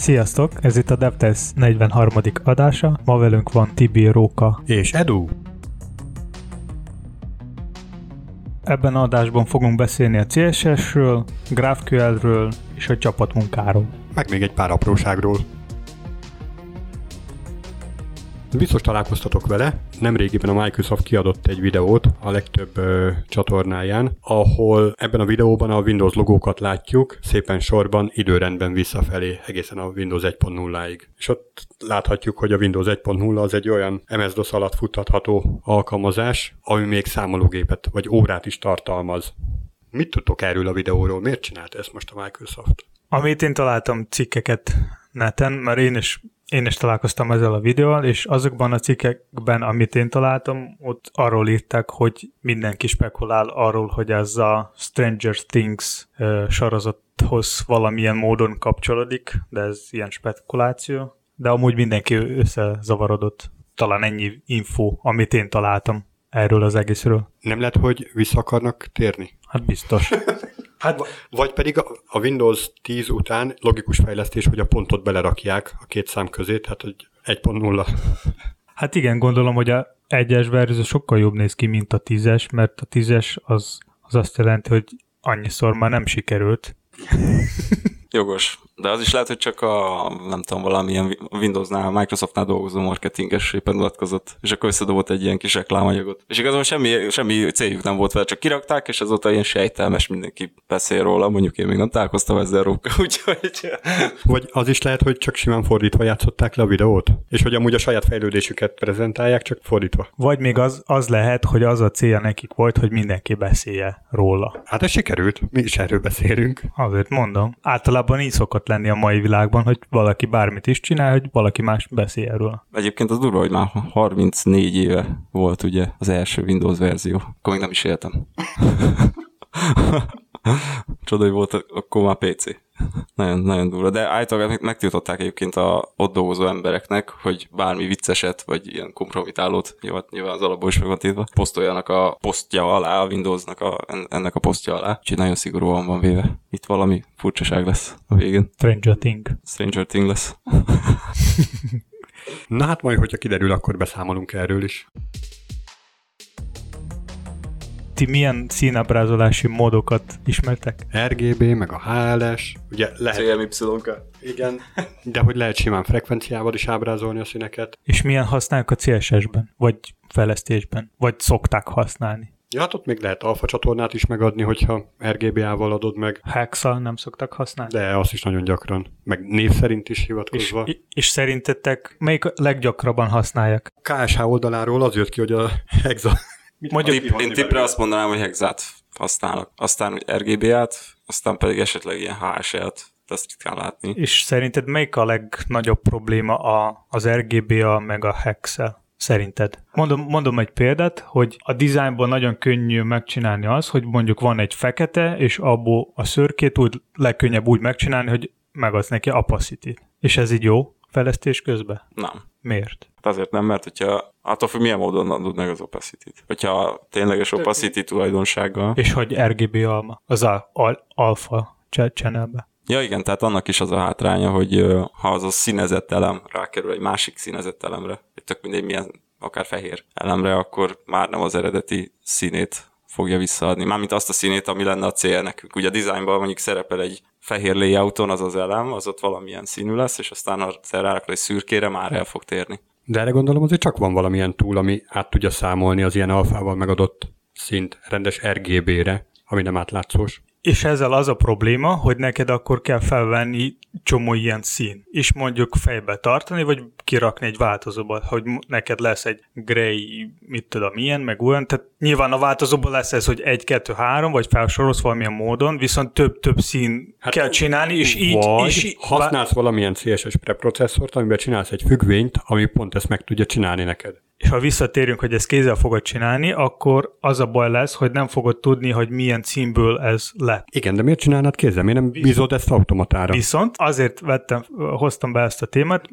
Sziasztok! Ez itt a DevTest 43. adása. Ma velünk van Tibi, Róka és Edu. Ebben az adásban fogunk beszélni a CSS-ről, GraphQL-ről és a csapatmunkáról. Meg még egy pár apróságról. Biztos találkoztatok vele, nemrégiben a Microsoft kiadott egy videót a legtöbb csatornáján, ahol ebben a videóban a Windows logókat látjuk, szépen sorban, időrendben visszafelé, egészen a Windows 1.0-ig. És ott láthatjuk, hogy a Windows 1.0 az egy olyan MS-DOS alatt futtatható alkalmazás, ami még számológépet vagy órát is tartalmaz. Mit tudtok erről a videóról? Miért csinált ezt most a Microsoft? Amit én találtam cikkeket neten, mert én is találkoztam ezzel a videóval, és azokban a cikkekben, amit én találtam, ott arról írták, hogy mindenki spekulál arról, hogy ez a Stranger Things sorozathoz valamilyen módon kapcsolódik, de ez ilyen spekuláció. De amúgy mindenki összezavarodott. Talán ennyi info, amit én találtam erről az egészről. Nem lehet, hogy vissza akarnak térni? Hát biztos. Hát, vagy pedig a Windows 10 után logikus fejlesztés, hogy a pontot belerakják a két szám közé, tehát hogy 1.0. Hát igen, gondolom, hogy a 1-es verzió sokkal jobb néz ki, mint a 10-es, mert a 10-es az azt jelenti, hogy annyiszor már nem sikerült. Jogos. De az is lehet, hogy csak nem tudom, valamilyen Windowsnál, Microsoftnál dolgozó marketinges éppen mutatkozott, és akkor összedobott egy ilyen kis reklámanyagot. És igazából semmi céljuk nem volt vele, csak kirakták, és azóta ilyen sejtelmes mindenki beszél róla, mondjuk én még nem találkoztam ezzel, Róka, úgyhogy... Vagy az is lehet, hogy csak simán fordítva játszották le a videót, és hogy amúgy a saját fejlődésüket prezentálják, csak fordítva. Vagy még az lehet, hogy az a célja nekik volt, hogy mindenki beszélje róla. Hát ez sikerült, mi is erről beszélünk. Azért mondom. Általában így szokott lenni a mai világban, hogy valaki bármit is csinál, hogy valaki más beszél erről. Egyébként az durva, hogy már 34 éve volt ugye az első Windows verzió. Akkor még nem is éltem. Csoda, hogy volt akkor már PC. Nagyon, nagyon durva. De általában megtiltották egyébként a ott dolgozó embereknek, hogy bármi vicceset, vagy ilyen kompromitálót, nyilván az alapból is meg van tiltva, posztoljanak a posztja alá, a Windowsnak ennek a posztja alá. Úgyhogy nagyon szigorúan van véve. Itt valami furcsaság lesz a végén. Stranger Thing lesz. Na hát majd, hogyha kiderül, akkor beszámolunk erről is. Ti milyen színábrázolási módokat ismertek? RGB, meg a HLS, ugye lehet... CMYK. Igen, de hogy lehet simán frekvenciával is ábrázolni a színeket. És milyen használják a CSS-ben? Vagy fejlesztésben? Vagy szokták használni? Ja, hát ott még lehet alfa csatornát is megadni, hogyha RGBA-val adod meg. Hexa nem szoktak használni? De azt is nagyon gyakran. Meg név szerint is hivatkozva. És szerintetek melyik leggyakrabban használják? KSH oldaláról az jött ki, hogy a hexa... Én tippre azt mondanám, hogy hexát használok. Aztán úgy RGB-át, aztán pedig esetleg ilyen HSL-t. Ezt ritkán látni. És szerinted melyik a legnagyobb probléma az RGBA meg a hexa? Szerinted? Mondom egy példát, hogy a dizájnból nagyon könnyű megcsinálni az, hogy mondjuk van egy fekete, és abból a szürkét úgy legkönnyebb úgy megcsinálni, hogy megadsz neki opacity-t. És ez így jó fejlesztés közben? Nem. Miért? Azért nem, mert hogyha attól függ, milyen módon adod meg az opacity-t. Hogyha tényleges opacity tulajdonsággal. És hogy RGB alma, az alpha channelbe. Ja igen, tehát annak is az a hátránya, hogy ha az a színezett elem rákerül egy másik színezett elemre, tök mindegy milyen, akár fehér elemre, akkor már nem az eredeti színét fogja visszaadni. Mármint azt a színét, ami lenne a cél nekünk. Ugye a dizájnban mondjuk szerepel egy fehér layouton az az elem, az ott valamilyen színű lesz, és aztán ha rárakod egy szürkére, már el fog térni. De erre gondolom azért csak van valamilyen tool, ami át tudja számolni az ilyen alfával megadott szint rendes RGB-re, ami nem átlátszós. És ezzel az a probléma, hogy neked akkor kell felvenni csomó ilyen szín, és mondjuk fejbe tartani, vagy kirakni egy változóba, hogy neked lesz egy gray, mit tudom, ilyen, meg olyan, tehát nyilván a változóban lesz ez, hogy 1, 2, 3, vagy felsorolsz valamilyen módon, viszont több szín kell csinálni, és így... Vagy használsz valamilyen CSS preprocesszort, amiben csinálsz egy függvényt, ami pont ezt meg tudja csinálni neked. És ha visszatérünk, hogy ezt kézzel fogod csinálni, akkor az a baj lesz, hogy nem fogod tudni, hogy milyen címből ez lett. Igen, de miért csinálnád kézzel? Miért nem bízod ezt automatára? Viszont azért hoztam be ezt a témát,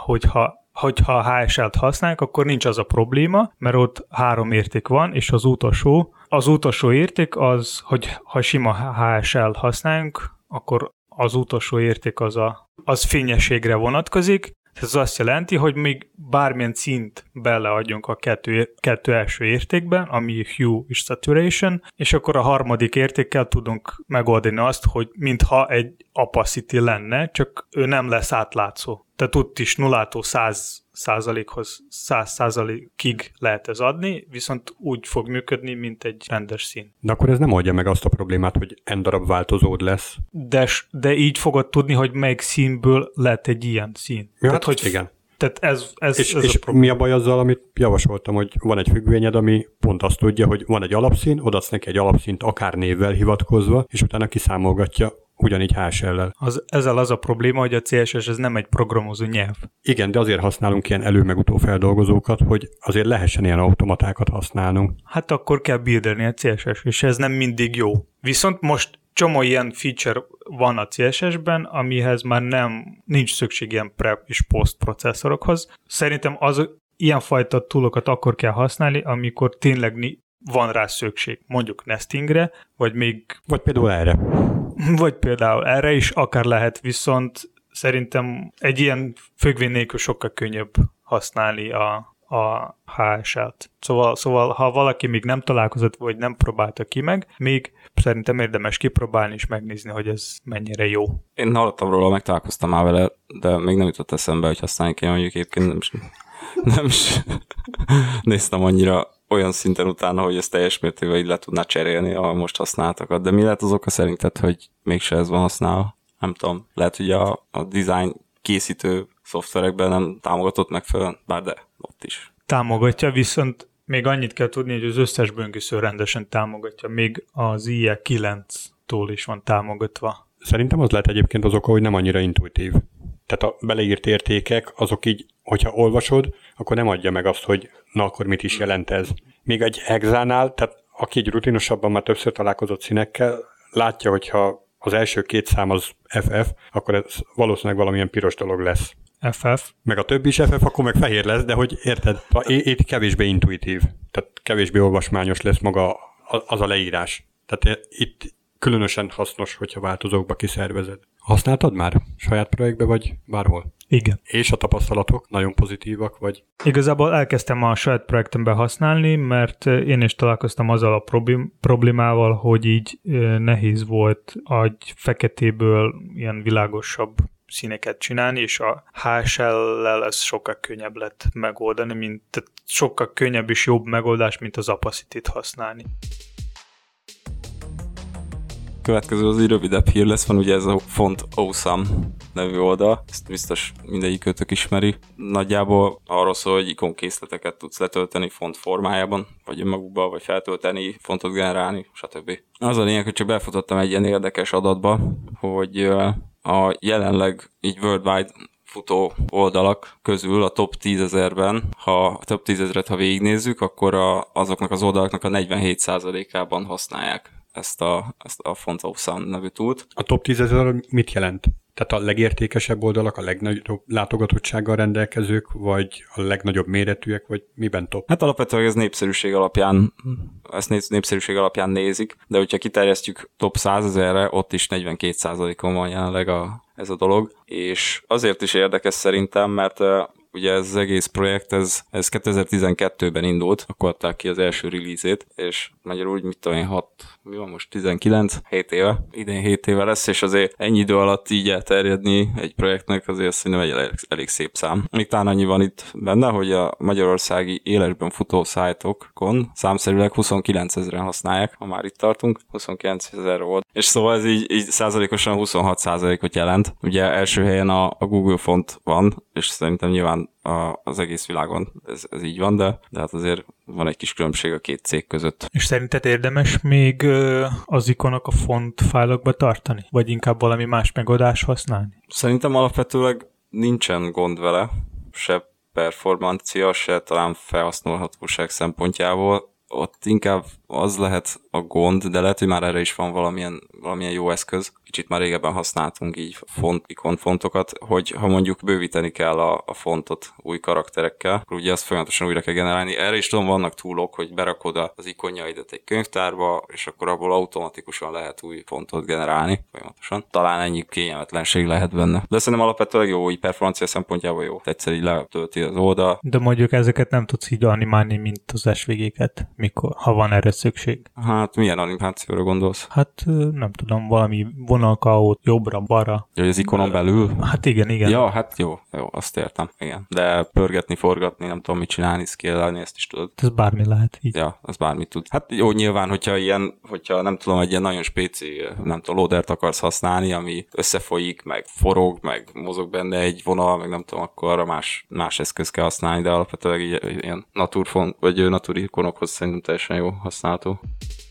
hogyha HSL-t használjuk, akkor nincs az a probléma, mert ott 3 érték van, és az utolsó érték az, hogy ha sima HSL használunk, akkor az utolsó érték az fényességre vonatkozik. Ez azt jelenti, hogy még bármilyen színt beleadjunk a kettő első értékben, ami hue és saturation, és akkor a harmadik értékkel tudunk megoldani azt, hogy mintha egy opacity lenne, csak ő nem lesz átlátszó. Tehát ott is 0-tól 100%-hoz 100%-ig lehet ez adni, viszont úgy fog működni, mint egy rendes szín. De akkor ez nem oldja meg azt a problémát, hogy n darab változód lesz. De így fogod tudni, hogy melyik színből lett egy ilyen szín. Ja, tehát, hogy igen. Tehát ez és a probléma. mi a baj azzal, amit javasoltam, hogy van egy függvényed, ami pont azt tudja, hogy van egy alapszín, odaadsz neki egy alapszínt akár névvel hivatkozva, és utána kiszámolgatja ugyanígy HSL-lel. Ezzel az a probléma, hogy a CSS ez nem egy programozó nyelv. Igen, de azért használunk ilyen elő- meg utófeldolgozókat, hogy azért lehessen ilyen automatákat használnunk. Hát akkor kell buildelni a CSS, és ez nem mindig jó. Viszont most csomó ilyen feature van a CSS-ben, amihez már nincs szükség ilyen prep és post processzorokhoz. Szerintem ilyenfajta toolokat akkor kell használni, amikor tényleg van rá szükség. Mondjuk nestingre, vagy például erre is akár lehet, viszont szerintem egy ilyen függvény nélkül sokkal könnyebb használni a HSL-t. Szóval, ha valaki még nem találkozott, vagy nem próbálta ki meg, még szerintem érdemes kipróbálni és megnézni, hogy ez mennyire jó. Én hallottam róla, megtalálkoztam már vele, de még nem jutott eszembe, hogy használni kell, mondjuk egyébként nem is néztem annyira olyan szinten utána, hogy ezt teljes mértékben így le tudná cserélni a most használtakat. De mi lehet az oka szerinted, hogy mégse ez van használva? Nem tudom. Lehet, hogy a design készítő szoftverekben nem támogatott megfelelően, bár de ott is. Támogatja, viszont még annyit kell tudni, hogy az összes böngésző rendesen támogatja. Még az IE 9-tól is van támogatva. Szerintem az lehet egyébként az oka, hogy nem annyira intuitív. Tehát a beleírt értékek, azok így, hogyha olvasod, akkor nem adja meg azt, hogy na akkor mit is jelent ez. Még egy hexánál, tehát aki egy rutinosabban már többször találkozott színekkel, látja, hogyha az első két szám az FF, akkor ez valószínűleg valamilyen piros dolog lesz. FF. Meg a többi is FF, akkor meg fehér lesz, de hogy érted, itt kevésbé intuitív, tehát kevésbé olvasmányos lesz maga az a leírás. Tehát itt különösen hasznos, hogyha változókba kiszervezed. Használtad már saját projektbe, vagy bárhol? Igen. És a tapasztalatok nagyon pozitívak, vagy? Igazából elkezdtem a saját projektemben használni, mert én is találkoztam azzal a problémával, hogy így nehéz volt egy feketéből ilyen világosabb színeket csinálni, és a HSL-lel ez sokkal könnyebb lett megoldani, tehát sokkal könnyebb és jobb megoldás, mint az Opacity-t használni. Következő az egy rövidebb hír lesz, van ugye ez a Font Awesome nevű oldal, ezt biztos mindegyikőtök ismeri. Nagyjából arról szól, hogy ikonkészleteket tudsz letölteni font formájában, vagy önmagukban, vagy feltölteni, fontot generálni, stb. Az a lényeg, hogy csak befutottam egy ilyen érdekes adatba, hogy a jelenleg így worldwide futó oldalak közül a top 10.000-ben, ha a top 10.000-et ha végignézzük, akkor azoknak az oldalaknak a 47%-ában használják ezt a Font Awesome nevű túlt. A top 10.000 mit jelent? Tehát a legértékesebb oldalak, a legnagyobb látogatottsággal rendelkezők, vagy a legnagyobb méretűek, vagy miben top? Hát alapvetően ez népszerűség alapján nézik, de hogyha kiterjesztjük top 100.000-re, ott is 42%-on van jelenleg ez a dolog, és azért is érdekes szerintem, mert ugye ez az egész projekt, ez 2012-ben indult, akkor adták ki az első release-ét, és magyarul úgy, mit tudom én, 7 éve, idén 7 éve lesz, és azért ennyi idő alatt így elterjedni egy projektnek azért szerintem egy elég szép szám. Még talán annyi van itt benne, hogy a magyarországi élesben futó szájtokon számszerűleg 29 000-en használják, ha már itt tartunk, 29 000 volt. És szóval ez így százalékosan 26%-ot jelent. Ugye első helyen a Google font van, és szerintem nyilván az egész világon ez így van, de hát azért van egy kis különbség a két cég között. És szerinted érdemes még az ikonok a font fájlokba tartani? Vagy inkább valami más megoldás használni? Szerintem alapvetőleg nincsen gond vele, se performancia, se talán felhasználhatóság szempontjából. Ott inkább az lehet a gond, de lehet, hogy már erre is van valamilyen jó eszköz. kicsit már régebben használtunk így fontokat, hogy ha mondjuk bővíteni kell a fontot új karakterekkel, akkor ugye azt folyamatosan újra kell generálni. Erre is tudom, vannak túlok, hogy berakod az ikonjaidat egy könyvtárba, és akkor abból automatikusan lehet új fontot generálni folyamatosan. Talán ennyi kényelmetlenség lehet benne. De szerintem alapvetően jó, így performancia szempontjából jó. Egyszer így letölti az oldal. De mondjuk ezeket nem tudsz így animálni, mint az SVG-ket, mikor, ha van erre szükség. Hát milyen animációra gondolsz? Hát nem tudom, valami vonalkaót jobbra-balra. Hogy az ikonon belül? Hát igen. Ja, hát jó, azt értem, igen. De pörgetni, forgatni, nem tudom mit csinálni, scale-elni, ezt is tudod. Ez bármi lehet. Így. Ja, az bármit tud. Hát jó, nyilván, hogyha nem tudom, egy ilyen nagyon spéci, nem tudom, loadert akarsz használni, ami összefolyik, meg forog, meg mozog benne egy vonal, meg nem tudom, akkor arra más eszköz kell használni, de alapvetően ilyen naturfont, vagy natúri ikonokhoz szerintem teljesen jó használható.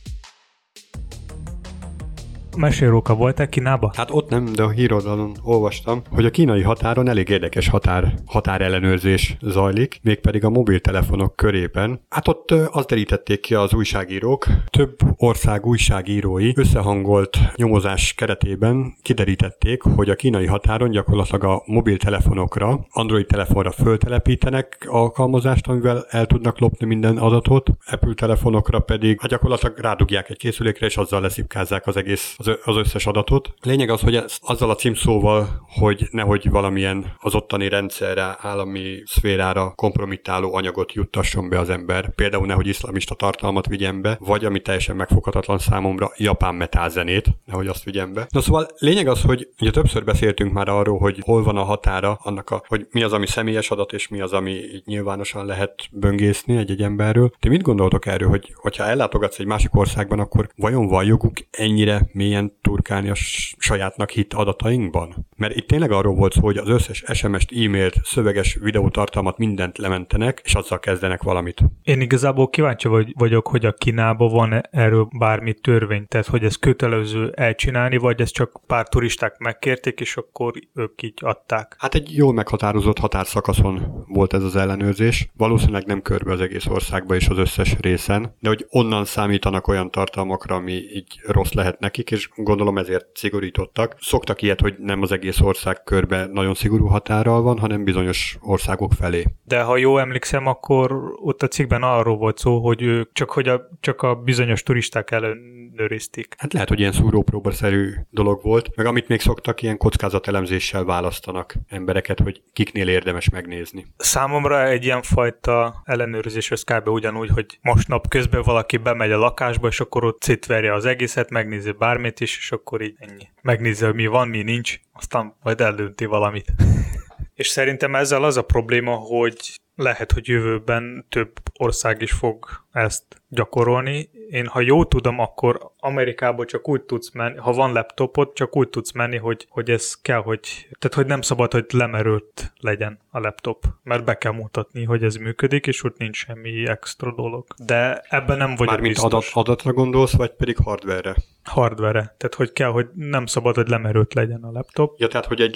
Meséróka voltál Kínába? Hát ott nem, de a híroldalon olvastam, hogy a kínai határon elég érdekes határellenőrzés zajlik, mégpedig a mobiltelefonok körében. Hát ott azt derítették ki az újságírók, több ország újságírói összehangolt nyomozás keretében kiderítették, hogy a kínai határon gyakorlatilag a mobiltelefonokra, Android telefonra föltelepítenek alkalmazást, amivel el tudnak lopni minden adatot, Apple telefonokra pedig gyakorlatilag rádugják egy készülékre, és azzal leszipkázzák az összes adatot. Lényeg az, hogy azzal a címszóval, hogy nehogy valamilyen az ottani rendszerre, állami szférára kompromittáló anyagot juttasson be az ember. Például nehogy iszlamista tartalmat vigyen be, vagy ami teljesen megfoghatatlan számomra, japán metálzenét, nehogy azt vigyen be. Na szóval lényeg az, hogy ugye többször beszéltünk már arról, hogy hol van a határa annak hogy mi az, ami személyes adat, és mi az, ami így nyilvánosan lehet böngészni egy emberről. Ti mit gondoltok erről, hogyha ellátogatsz egy másik országban, akkor vajon van joguk ennyire mélyen turkálni a sajátnak hitt adatainkban? Mert itt tényleg arról volt szó, hogy az összes SMS-t, e-mailt, szöveges videótartalmat mindent lementenek, és azzal kezdenek valamit. Én igazából kíváncsi vagyok, hogy a Kínában van erről bármi törvény, tehát hogy ez kötelező elcsinálni, vagy ez csak pár turisták megkérték, és akkor ők így adták. Hát egy jól meghatározott határszakaszon volt ez az ellenőrzés. Valószínűleg nem körbe az egész országba és az összes részen, de hogy onnan számítanak olyan tartalmakra, ami így rossz lehet nekik, és gondolom ezért szigorítottak. Szoktak ilyet, hogy nem az egész ország körbe nagyon szigorú határral van, hanem bizonyos országok felé. De ha jól emlékszem, akkor ott a cikkben arról volt szó, hogy ők csak a bizonyos turisták ellenőrizték. Hát lehet, hogy ilyen szúrópróbaszerű dolog volt, meg amit még szoktak, ilyen kockázatelemzéssel választanak embereket, hogy kiknél érdemes megnézni. Számomra egy ilyen fajta ellenőrzés az kb. Ugyanúgy, hogy most napközben valaki bemegy a lakásba, és akkor ott szétverje az egészet, megnézi bármit is, és akkor így ennyi. Megnézi, hogy mi van, mi nincs, aztán majd eldönti valamit. És szerintem ezzel az a probléma, hogy lehet, hogy jövőben több ország is fog ezt gyakorolni. Én, ha jól tudom, akkor Amerikába csak úgy tudsz menni, ha van laptopod, csak úgy tudsz menni, hogy ez kell, tehát hogy nem szabad, hogy lemerült legyen a laptop, mert be kell mutatni, hogy ez működik, és ott nincs semmi extra dolog. De ebben nem vagyok mármint biztos. adatra gondolsz, vagy pedig hardware-re? Hardware-re. Tehát, hogy kell, hogy nem szabad, hogy lemerült legyen a laptop. Ja, tehát, hogy egy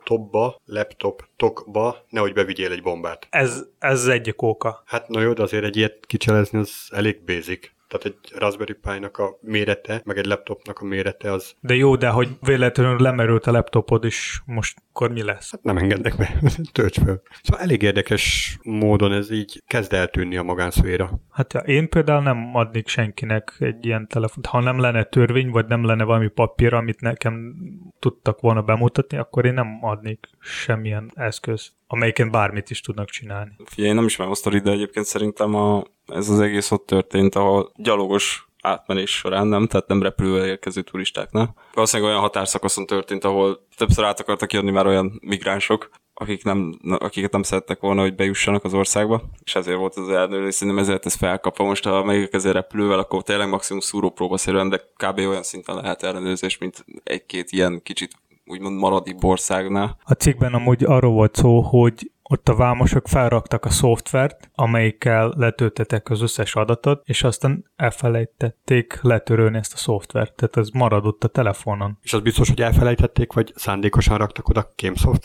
laptoptokba nehogy bevigyél egy bombát. Ez egyik oka. Hát na jó, de azért egy ilyet kicselezni az elég basic. Tehát egy Raspberry Pi-nak a mérete, meg egy laptopnak a mérete az... De jó, de hogy véletlenül lemerült a laptopod is, most akkor mi lesz? Hát nem engednek be, tölts fel. Szóval elég érdekes módon ez így kezd eltűnni a magánszféra. Hát én például nem adnék senkinek egy ilyen telefont. Ha nem lenne törvény, vagy nem lenne valami papír, amit nekem tudtak volna bemutatni, akkor én nem adnék semmilyen eszköz, amelyiken bármit is tudnak csinálni. Figyelj, nem ismerem a sztorit, de egyébként szerintem ez az egész ott történt, ahol gyalogos átmenés során nem, tehát nem repülővel érkező turistáknál. Valószínűleg olyan határszakaszon történt, ahol többször át akartak jönni már olyan migránsok, akiket nem szerettek volna, hogy bejussanak az országba, és ezért volt az ellenőrzés, szerintem ezért ez felkapva. Most ha megérkezel repülővel, akkor tényleg maximum szúrópróbaszerűen, de kb. Olyan szinten lehet ellenőrzés, mint egy-két ilyen kicsit úgymond maradibb országnál. A cikkben amúgy arról volt szó, hogy ott a vámosok felraktak a szoftvert, amelyikkel letöltetek az összes adatot, és aztán elfelejtették letörölni ezt a szoftvert. Tehát ez maradott a telefonon. És az biztos, hogy elfelejtették, vagy szándékosan raktak oda kémszoftvert?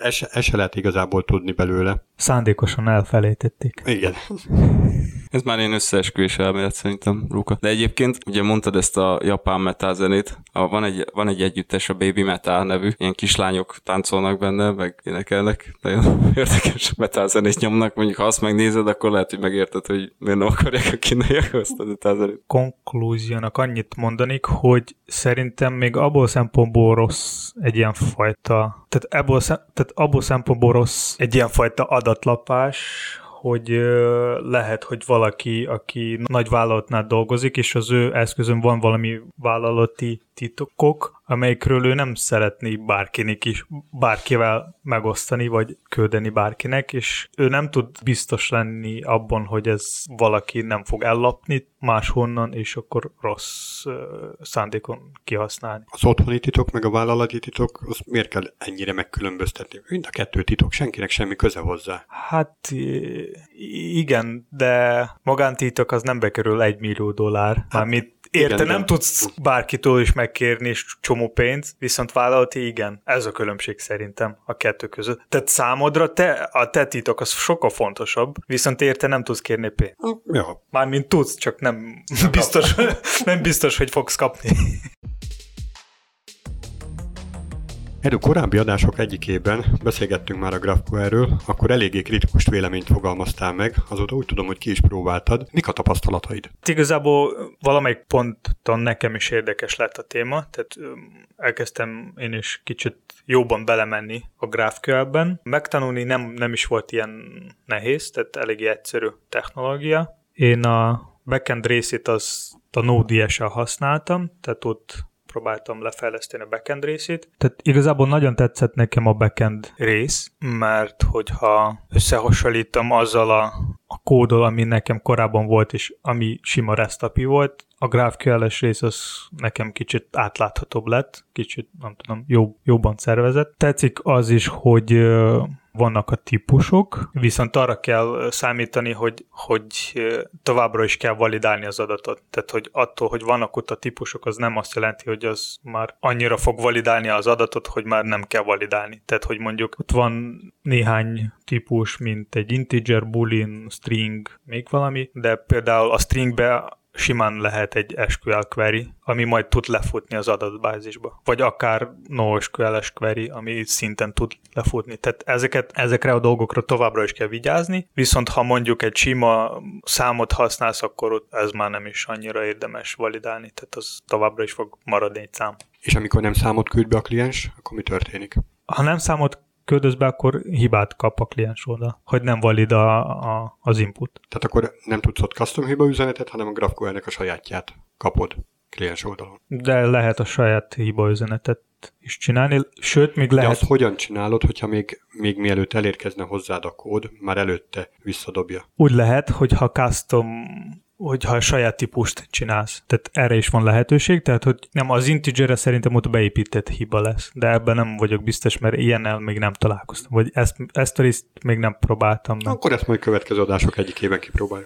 ezt se lehet igazából tudni belőle. Szándékosan elfelejtették. Igen. Ez már én összeesküvés elmélet szerintem, Luka. De egyébként, ugye mondtad ezt a japán metal zenét, van egy együttes, a Baby Metal nevű, ilyen kislányok táncolnak benne, meg énekelnek, nagyon érdekes metal zenét nyomnak, mondjuk ha azt megnézed, akkor lehet, hogy megérted, hogy miért nem akarják a kínaiak azt a metal zenét. Konklúziónak annyit mondanék, hogy szerintem még abból szempontból rossz egy ilyen fajta, tehát abból szempontból rossz egy ilyen fajta adatlapás, hogy lehet, hogy valaki, aki nagy vállalatnál dolgozik, és az ő eszközön van valami vállalati titokok, amelyikről ő nem szeretné bárkivel megosztani, vagy küldeni bárkinek, és ő nem tud biztos lenni abban, hogy ez valaki nem fog ellopni máshonnan, és akkor rossz szándékon kihasználni. Az otthoni titok, meg a vállalati titok, azt miért kell ennyire megkülönböztetni? Mind a kettő titok, senkinek semmi köze hozzá. Hát igen, de magántitok az nem bekerül $1 millió. Mármint érte, nem tudsz bárkitől is megkérni és csomó pénzt, viszont vállalati igen. Ez a különbség szerintem a kettő között. Tehát számodra a te titok az sokkal fontosabb, viszont érte nem tudsz kérni pénzt. Ja. Mármint tudsz, csak nem biztos, hogy fogsz kapni. Edu, korábbi adások egyikében beszélgettünk már a GraphQL-ről, akkor eléggé kritikus véleményt fogalmaztál meg, azóta úgy tudom, hogy ki is próbáltad. Mik a tapasztalataid? Igazából valamelyik ponton nekem is érdekes lett a téma, tehát elkezdtem én is kicsit jobban belemenni a GraphQL-ben. Megtanulni nem is volt ilyen nehéz, tehát eléggé egyszerű technológia. Én a backend részét azt a Node.js-sel használtam, tehát ott próbáltam lefejleszteni a backend részét. Tehát igazából nagyon tetszett nekem a backend rész, mert hogyha összehasonlítom azzal a kóddal, ami nekem korábban volt, és ami sima REST API volt, a GraphQL-es rész az nekem kicsit átláthatóbb lett, kicsit, nem tudom, jobban szervezett. Tetszik az is, hogy vannak a típusok, viszont arra kell számítani, hogy továbbra is kell validálni az adatot. Tehát, hogy attól, hogy vannak ott a típusok, az nem azt jelenti, hogy az már annyira fog validálni az adatot, hogy már nem kell validálni. Tehát, hogy mondjuk ott van néhány típus, mint egy integer, boolean, string, még valami, de például a stringbe simán lehet egy SQL query, ami majd tud lefutni az adatbázisba. Vagy akár NoSQL-es query, ami szinten tud lefutni. Tehát ezekre a dolgokra továbbra is kell vigyázni, viszont ha mondjuk egy sima számot használsz, akkor ez már nem is annyira érdemes validálni, tehát az továbbra is fog maradni egy szám. És amikor nem számot küld be a kliens, akkor mi történik? Ha nem számot küldöz be, akkor hibát kap a kliens oldal, hogy nem valid az input. Tehát akkor nem tudsz ott custom hiba üzenetet, hanem a GraphQL-nek a sajátját kapod kliens oldalon. De lehet a saját hiba üzenetet is csinálni, sőt, még lehet... De azt hogyan csinálod, hogyha még mielőtt elérkezne hozzád a kód, már előtte visszadobja? Úgy lehet, hogyha hogyha a saját típust csinálsz. Tehát erre is van lehetőség, tehát hogy nem az integerre szerintem ott beépített hiba lesz, de ebben nem vagyok biztos, mert ilyennel még nem találkoztam, vagy ezt a részt még nem próbáltam. Nem. Akkor ezt majd következő adások egyikében kipróbáljuk.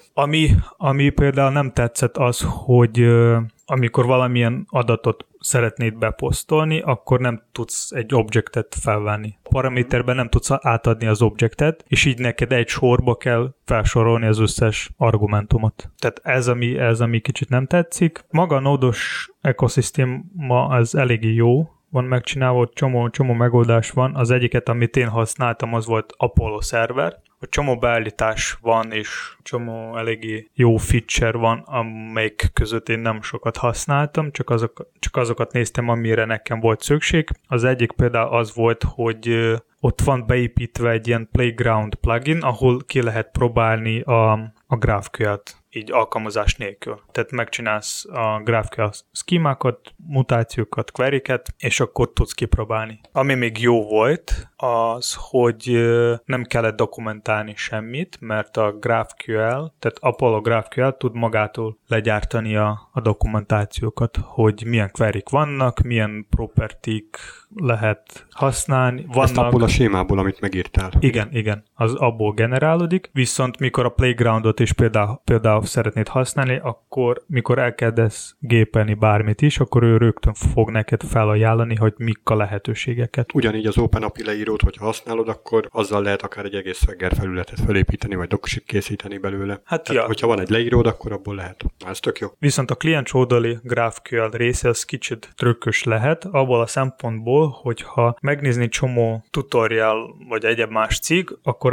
Ami például nem tetszett az, hogy amikor valamilyen adatot szeretnéd beposztolni, akkor nem tudsz egy objektet felvenni. A paraméterben nem tudsz átadni az objektet, és így neked egy sorba kell felsorolni az összes argumentumot. Tehát ez, ami kicsit nem tetszik. Maga a Node-os ekoszisztéma az eléggé jó, van megcsinálva, csomó megoldás van. Az egyiket, amit én használtam, az volt Apollo szerver. A csomó beállítás van, és csomó eléggé jó feature van, amelyik között én nem sokat használtam, csak azokat néztem, amire nekem volt szükség. Az egyik például az volt, hogy ott van beépítve egy ilyen Playground plugin, ahol ki lehet próbálni a GraphQL-t, így alkalmazás nélkül. Tehát megcsinálsz a GraphQL schemakat, mutációkat, queryket, és akkor tudsz kipróbálni. Ami még jó volt, az, hogy nem kellett dokumentálni semmit, mert a GraphQL, tehát Apollo GraphQL tud magától legyártani a dokumentációkat, hogy milyen queryk vannak, milyen propertik lehet használni. Ezt abból a sémából, amit megírtál. Igen, az abból generálódik, viszont mikor a Playgroundot is például szeretnéd használni, akkor mikor elkezdesz gépelni bármit is, akkor ő rögtön fog neked felajánlani, hogy mik a lehetőségeket. Ugyanígy az OpenAPI leírót, hogyha használod, akkor azzal lehet akár egy egész Swagger felületet felépíteni, vagy docusit készíteni belőle. Hát tehát, hogyha van egy leíród, akkor abból lehet. Ez tök jó. Viszont a kliens oldali GraphQL része az kicsit trükkös lehet, abból a szempontból, hogyha megnézni csomó tutorial vagy egyéb más cikk, akkor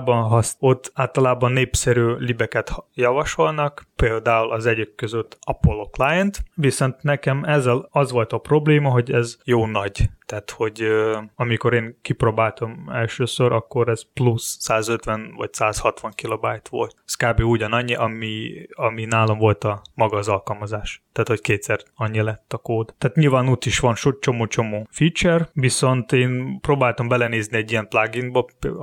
ott általában népszerű libeket javasolnak, például az egyik között Apollo Client, viszont nekem ezzel az volt a probléma, hogy ez jó nagy. Tehát, hogy amikor én kipróbáltam először, akkor ez plusz 150 vagy 160 kilobájt volt. Ez kb. Ugyanannyi, ami nálam volt a maga az alkalmazás. Tehát, hogy kétszer annyi lett a kód. Tehát nyilván ott is van csomó feature, viszont én próbáltam belenézni egy ilyen pluginba,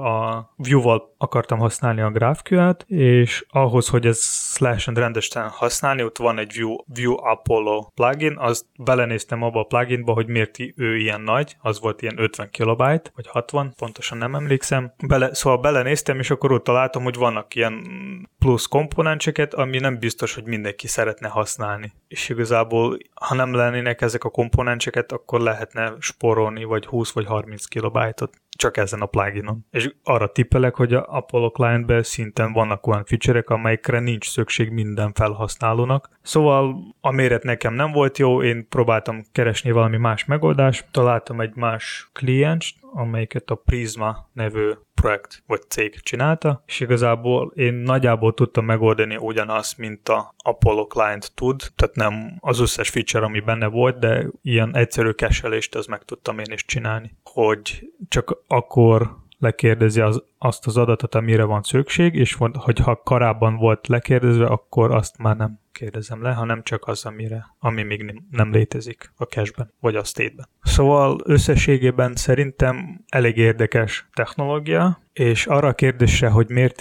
a Vue-val akartam használni a GraphQL-t, és ahhoz, hogy ez slash-en rendesen használni, ott van egy Vue Apollo plugin, azt belenéztem abba a pluginba, hogy miért ő ilyen nagy, az volt ilyen 50 kilobájt, vagy 60, pontosan nem emlékszem. Szóval belenéztem, és akkor ott találtam, hogy vannak ilyen plusz komponenseket, ami nem biztos, hogy mindenki szeretne használni. És igazából, ha nem lennének ezek a komponenseket, akkor lehetne spórolni, vagy 20 vagy 30 kilobájtot csak ezen a pluginon. És arra tippelek, hogy a Apollo Clientben szinten vannak olyan feature-ek, amelyekre nincs szükség minden felhasználónak. Szóval a méret nekem nem volt jó, én próbáltam keresni valami más megoldást, találtam egy más klienst, amelyiket a Prisma nevű projekt vagy cég csinálta, és igazából én nagyjából tudtam megoldani ugyanazt, mint a Apollo Client tud, tehát nem az összes feature, ami benne volt, de ilyen egyszerű cache-elést az meg tudtam én is csinálni, hogy csak akkor lekérdezi azt az adatot, amire van szükség, és hogyha korábban volt lekérdezve, akkor azt már nem kérdezem le, hanem csak az, ami még nem létezik a cache-ben, vagy a state-ben. Szóval összességében szerintem elég érdekes technológia, és arra a kérdésre, hogy miért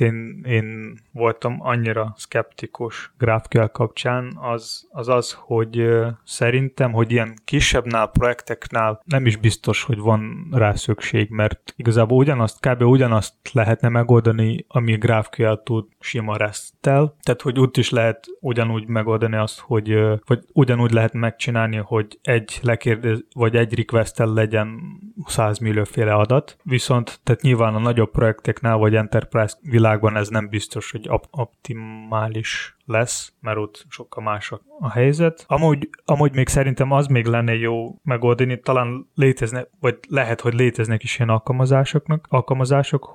én voltam annyira szkeptikus GraphQL kapcsán, az, hogy szerintem, hogy ilyen kisebbnál, projekteknál nem is biztos, hogy van rá szükség, mert igazából kb. Ugyanazt lehetne megoldani, ami GraphQL tud sima REST-tel. Tehát, hogy ott is lehet ugyanúgy megoldani azt, vagy ugyanúgy lehet megcsinálni, hogy egy request-tel legyen 100 millióféle adat. Viszont, tehát nyilván a nagyobb projekteknál, vagy enterprise világban ez nem biztos, hogy optimális lesz, mert ott sokkal más a helyzet. Amúgy még szerintem az még lenne jó megoldani, talán létezne, vagy lehet, hogy léteznek is ilyen alkalmazások,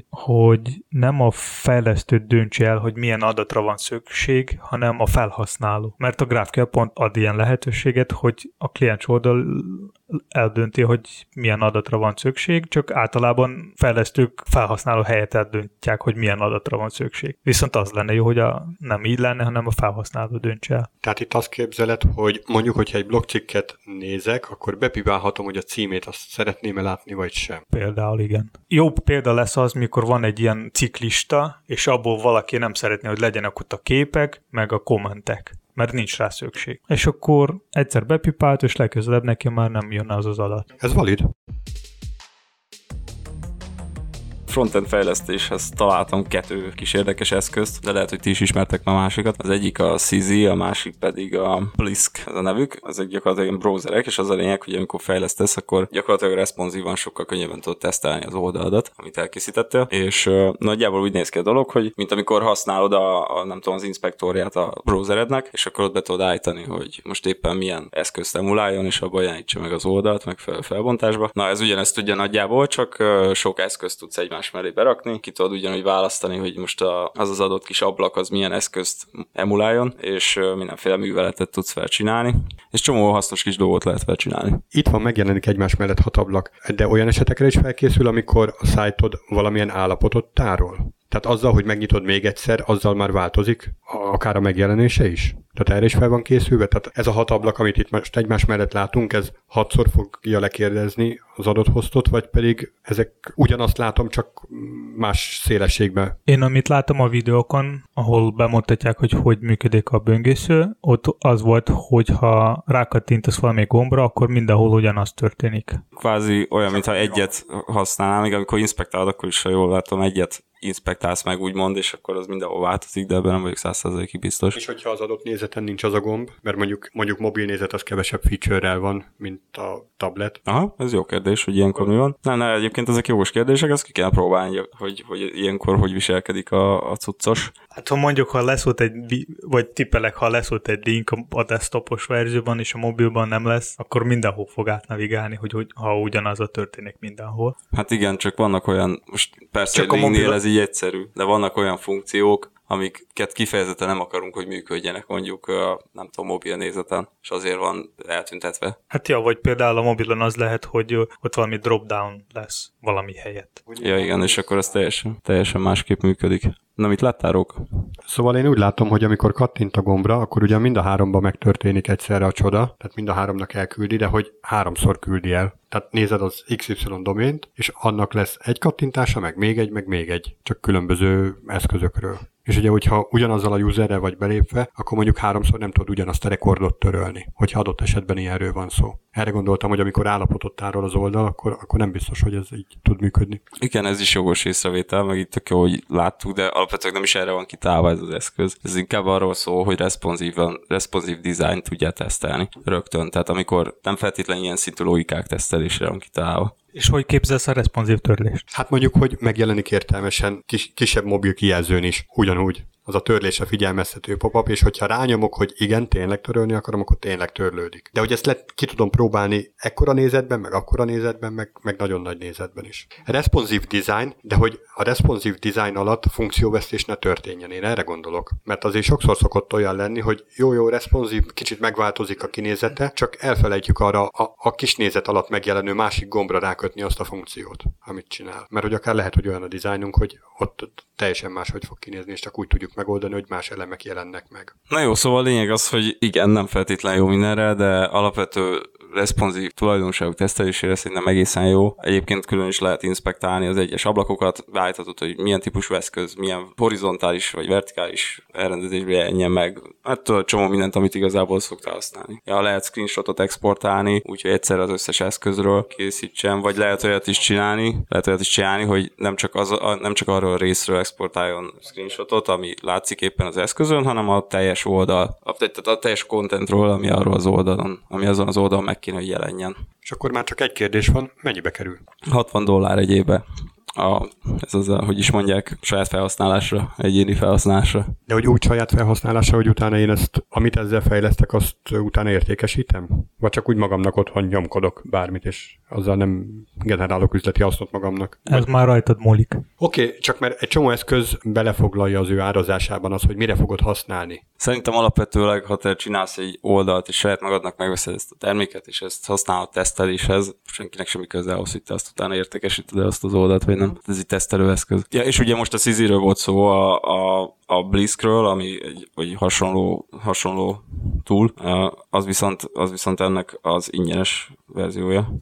hogy nem a fejlesztő döntse el, hogy milyen adatra van szükség, hanem a felhasználó. Mert a GraphQL pont ad ilyen lehetőséget, hogy a kliens oldal eldönti, hogy milyen adatra van szükség, csak általában fejlesztők felhasználó helyett eldöntják, hogy milyen adatra van szükség. Viszont az lenne jó, hogy nem így lenne, hanem a felhasználó döntse el. Tehát itt azt képzeled, hogy mondjuk, hogyha egy blogcikket nézek, akkor bepipálhatom, hogy a címét azt szeretném-e látni, vagy sem. Például igen. Jó példa lesz az, mikor van egy ilyen cikklista, és abból valaki nem szeretné, hogy legyenek ott a képek, meg a kommentek, mert nincs rá szükség. És akkor egyszer bepipált, és legközelebb neki már nem jön az adat. Ez valid. Frontend fejlesztéshez találtam 2 kis érdekes eszközt, de lehet, hogy ti is ismertek a másikat. Az egyik a CZ, a másik pedig a Blisk, ez a nevük. Ezek gyakorlatilag browserek, és az a lényeg, hogy amikor fejlesztesz, akkor gyakorlatilag responsívan sokkal könnyebben tudod tesztelni az oldaladat, amit elkészítettél, és nagyjából úgy néz ki a dolog, hogy mint amikor használod nem tudom, az inspektorját a browserednek, és akkor ott be tudod állítani, hogy most éppen milyen eszközt emuláljon, és abban jelentse meg az oldalt, meg felbontásba. Na, ez ugyanezt tudja nagyjából, csak sok eszközt tudsz egymás mellé berakni, ki tudod ugyanúgy választani, hogy most az adott kis ablak az milyen eszközt emuláljon, és mindenféle műveletet tudsz felcsinálni, és csomó hasznos kis dolgot lehet felcsinálni. Itt van, megjelenik egymás mellett 6 ablak, de olyan esetekre is felkészül, amikor a szájtod valamilyen állapotot tárol. Tehát azzal, hogy megnyitod még egyszer, azzal már változik akár a megjelenése is. Tehát erre is fel van készülve. Tehát ez a 6 ablak, amit itt most egymás mellett látunk, ez 6-szor fogja lekérdezni az adott hostot, vagy pedig ezek ugyanazt látom, csak más szélességben. Én amit látom a videókon, ahol bemutatják, hogy működik a böngésző, ott az volt, hogy ha rákattintasz valami gombra, akkor mindenhol ugyanaz történik. Kvázi olyan, mintha egyet használnál, még amikor inspektálod, akkor is, ha jól látom, egyet inspektálsz meg, úgymond, és akkor az mindenhol változik, de ebben nem vagyok 100%-ig biztos. És hogyha az adott nézeten nincs az a gomb, mert mondjuk mobil nézet az kevesebb feature-rel van, mint a tablet. Aha, ez jó kérdés, hogy ilyenkor mi van. Nem, egyébként ezek jogos kérdések, ezt ki kell próbálni, hogy ilyenkor hogy viselkedik a cuccos. Hát ha mondjuk, ha lesz ott vagy tippelek, ha lesz ott egy link a desktopos verzióban és a mobilban nem lesz, akkor mindenhol fog átnavigálni, hogy ha ugyanaz a történik mindenhol. Hát igen, csak vannak olyan, most persze csak egy linknél ez így egyszerű, de vannak olyan funkciók, amiket kifejezetten nem akarunk, hogy működjenek mondjuk, nem tudom, mobil nézeten, és azért van eltüntetve. Hát ja, vagy például a mobilon az lehet, hogy ott valami drop-down lesz valami helyett. Ja igen, és akkor ez teljesen másképp működik. Na, mit láttál, Rók? Szóval én úgy látom, hogy amikor kattint a gombra, akkor ugyan mind a háromban megtörténik egyszerre a csoda, tehát mind a háromnak elküldi, de hogy háromszor küldi el. Tehát nézed az XY domént, és annak lesz egy kattintása, meg még egy, csak különböző eszközökről. És ugye, hogyha ugyanazzal a userrel vagy belépve, akkor mondjuk háromszor nem tudod ugyanazt a rekordot törölni, hogyha adott esetben ilyenről van szó. Erre gondoltam, hogy amikor állapotot tárol az oldal, akkor nem biztos, hogy ez így tud működni. Igen, ez is jogos észrevétel, meg itt tök jó, hogy láttuk, de alapvetően nem is erre van kitálva ez az eszköz. Ez inkább arról szól, hogy responsive design tudja tesztelni rögtön. Tehát amikor nem feltétlenül ilyen szintű logikák tesztelésre van kitálva. És hogy képzelsz a responsív törlést? Hát mondjuk, hogy megjelenik értelmesen kisebb mobil kijelzőn is, ugyanúgy. Az a törlésre figyelmeztető pop-up, és hogyha rányomok, hogy igen, tényleg törölni akarom, akkor tényleg törlődik. De hogy ezt ki tudom próbálni ekkora nézetben, meg akkora nézetben, meg nagyon nagy nézetben is. Responsive design, de hogy a responsive design alatt funkcióvesztés ne történjen, én erre gondolok. Mert azért sokszor szokott olyan lenni, hogy jó, responsive, kicsit megváltozik a kinézete, csak elfelejtjük arra a kis nézet alatt megjelenő másik gombra rákötni azt a funkciót, amit csinál. Mert hogy akár lehet, hogy olyan a dizájnunk, hogy ott teljesen máshogy fog kinézni, és csak úgy tudjuk megoldani, hogy más elemek jelennek meg. Na jó, szóval a lényeg az, hogy igen, nem feltétlenül jó mindenre, de alapvető responsív tulajdonságok tesztelésére szerintem egészen jó. Egyébként külön is lehet inspektálni az egyes ablakokat, beállíthatod, hogy milyen típusú eszköz, milyen horizontális vagy vertikális elrendezésbe jelenjen meg. Hát tudod, csomó mindent, amit igazából szoktál használni. Ja, lehet screenshotot exportálni, úgyhogy egyszer az összes eszközről készítsen, vagy lehet olyat is csinálni, hogy nem csak arról a részről exportáljon screenshotot, ami látszik éppen az eszközön, hanem a teljes oldal, a teljes contentról, ami arról az oldalon, ami azon az oldalon meg kéne, hogy jelenjen. És akkor már csak egy kérdés van, mennyibe kerül? $60 egy évbe. Ez az, hogy is mondják, saját felhasználásra, egyéni felhasználásra. De hogy úgy saját felhasználásra, hogy utána én ezt, amit ezzel fejlesztek, azt utána értékesítem? Vagy csak úgy magamnak otthon nyomkodok bármit, és azzal nem generálok üzleti hasznot magamnak? Ez már rajtad múlik. Oké, csak mert egy csomó eszköz belefoglalja az ő árazásában az, hogy mire fogod használni. Szerintem alapvetőleg, ha te csinálsz egy oldalt, és saját magadnak megveszed ezt a terméket, és ezt használod teszteléshez, senkinek semmi köze ahhoz, hogy te azt utána értékesíted azt az oldalt, vagy nem. Ez egy tesztelőeszköz. Ja, és ugye most a CZ-ről volt szó, a Bliskről, ami egy hasonló tool, az viszont ennek az ingyenes verziója.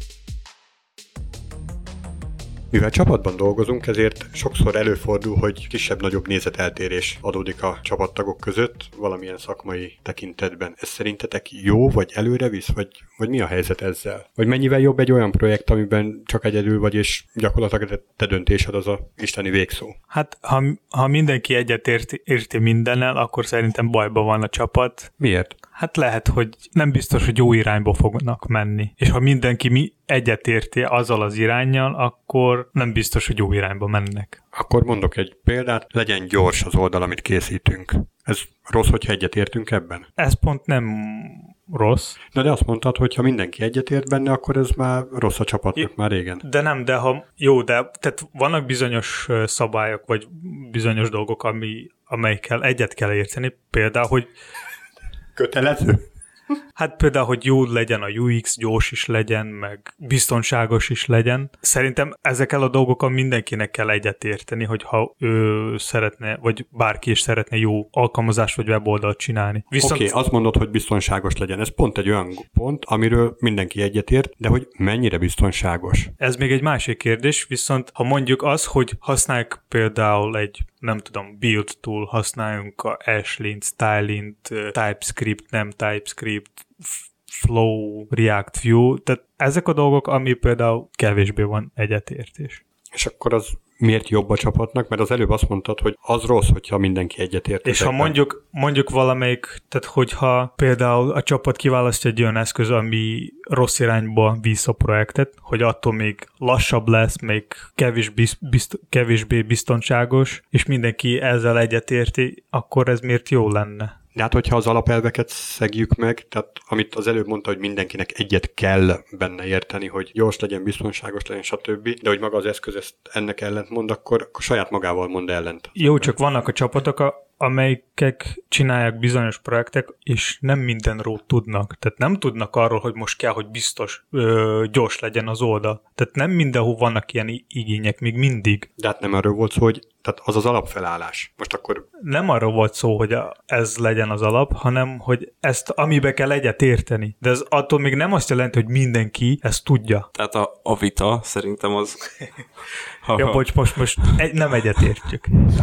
Mivel csapatban dolgozunk, ezért sokszor előfordul, hogy kisebb-nagyobb nézeteltérés adódik a csapattagok között valamilyen szakmai tekintetben. Ez szerintetek jó, vagy előre visz, vagy mi a helyzet ezzel? Vagy mennyivel jobb egy olyan projekt, amiben csak egyedül vagy, és gyakorlatilag te döntésed az a isteni végszó? Hát, ha mindenki egyet érti mindennel, akkor szerintem bajban van a csapat. Miért? Hát lehet, hogy nem biztos, hogy jó irányba fognak menni. És ha mindenki egyetérti azzal az iránnyal, akkor nem biztos, hogy jó irányba mennek. Akkor mondok egy példát, legyen gyors az oldal, amit készítünk. Ez rossz, hogyha egyetértünk ebben? Ez pont nem rossz. Na de azt mondtad, hogy ha mindenki egyetért benne, akkor ez már rossz a csapatnak már régen. De nem, tehát vannak bizonyos szabályok, vagy bizonyos dolgok, amelyikkel egyet kell érteni. Például, hogy kötelező? Hát például, hogy jó legyen a UX, gyors is legyen, meg biztonságos is legyen. Szerintem ezekkel a dolgokkal mindenkinek kell egyetérteni, hogyha ő szeretne, vagy bárki is szeretne jó alkalmazást vagy weboldalt csinálni. Oké, azt mondod, hogy biztonságos legyen. Ez pont egy olyan pont, amiről mindenki egyetért, de hogy mennyire biztonságos? Ez még egy másik kérdés, viszont ha mondjuk az, hogy használjuk például egy build tool, használjunk a Ashlint, Stylint, TypeScript, nem TypeScript, Flow, React Vue, tehát ezek a dolgok, ami például kevésbé van egyetértés. És akkor az miért jobb a csapatnak, mert az előbb azt mondtad, hogy az rossz, hogyha mindenki egyetért. És ha mondjuk valamelyik, tehát hogyha például a csapat kiválasztja egy olyan eszköz, ami rossz irányba visz a projektet, hogy attól még lassabb lesz, még kevésbé biztonságos, és mindenki ezzel egyetérti, akkor ez miért jó lenne? De hát, hogyha az alapelveket szegjük meg, tehát amit az előbb mondta, hogy mindenkinek egyet kell benne érteni, hogy gyors legyen, biztonságos legyen, stb., de hogy maga az eszköz ezt ennek ellent mond, akkor saját magával mond ellent. Jó, csak vannak a csapatok, amelyek csinálják bizonyos projektek, és nem mindenről tudnak. Tehát nem tudnak arról, hogy most kell, hogy biztos gyors legyen az oldal. Tehát nem mindenhol vannak ilyen igények, még mindig. De hát nem arról volt szó, hogy tehát az alapfelállás. Most akkor... Nem arról volt szó, hogy ez legyen az alap, hanem, hogy ezt amibe kell egyet érteni. De ez attól még nem azt jelenti, hogy mindenki ezt tudja. Tehát a vita szerintem az... Ja, bocs, most nem egyet értjük.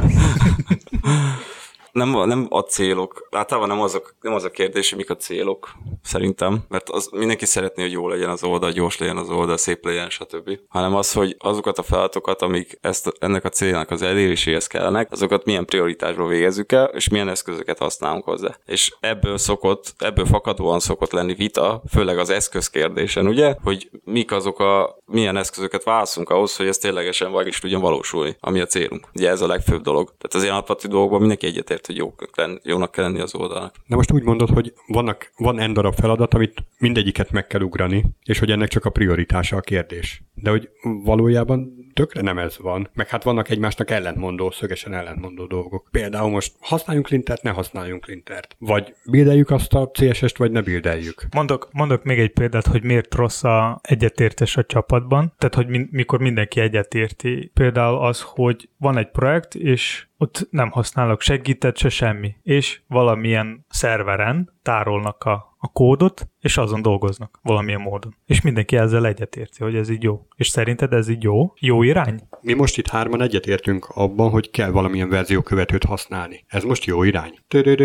Nem a célok. Általában nem az a kérdés, hogy mik a célok, szerintem, mert mindenki szeretné, hogy jó legyen az oldal, gyors legyen az oldal, szép legyen, stb. Hanem az, hogy azokat a feladatokat, amik ennek a célnak az eléréséhez kellenek, azokat milyen prioritásba végezzük el, és milyen eszközöket használunk hozzá. És ebből fakadóan szokott lenni vita, főleg az eszköz kérdésen, ugye, hogy milyen eszközöket válaszunk ahhoz, hogy ez ténylegesen meg is tudjon valósulni, ami a célunk. Ugye ez a legfőbb dolog. Tehát az ilyen alapvető dolgokban mindenki egyetért, hogy jónak kell lenni az oldalnak. De most úgy mondod, hogy van n darab feladat, amit mindegyiket meg kell ugrani, és hogy ennek csak a prioritása a kérdés. De hogy valójában tökre nem ez van, meg hát vannak egymásnak szögesen ellentmondó dolgok. Például most használjunk lintert, ne használjunk lintert. Vagy bildeljük azt a CSS-t, vagy ne bildeljük. Mondok még egy példát, hogy miért rossz a egyetértés a csapatban. Tehát, hogy mikor mindenki egyetérti. Például az, hogy van egy projekt, és ott nem használok segített, se semmi. És valamilyen szerveren tárolnak a kódot, és azon dolgoznak valamilyen módon. És mindenki ezzel egyetérti, hogy ez így jó. És szerinted ez így jó? Jó irány? Mi most itt 3 egyetértünk abban, hogy kell valamilyen verziókövetőt használni. Ez most jó irány.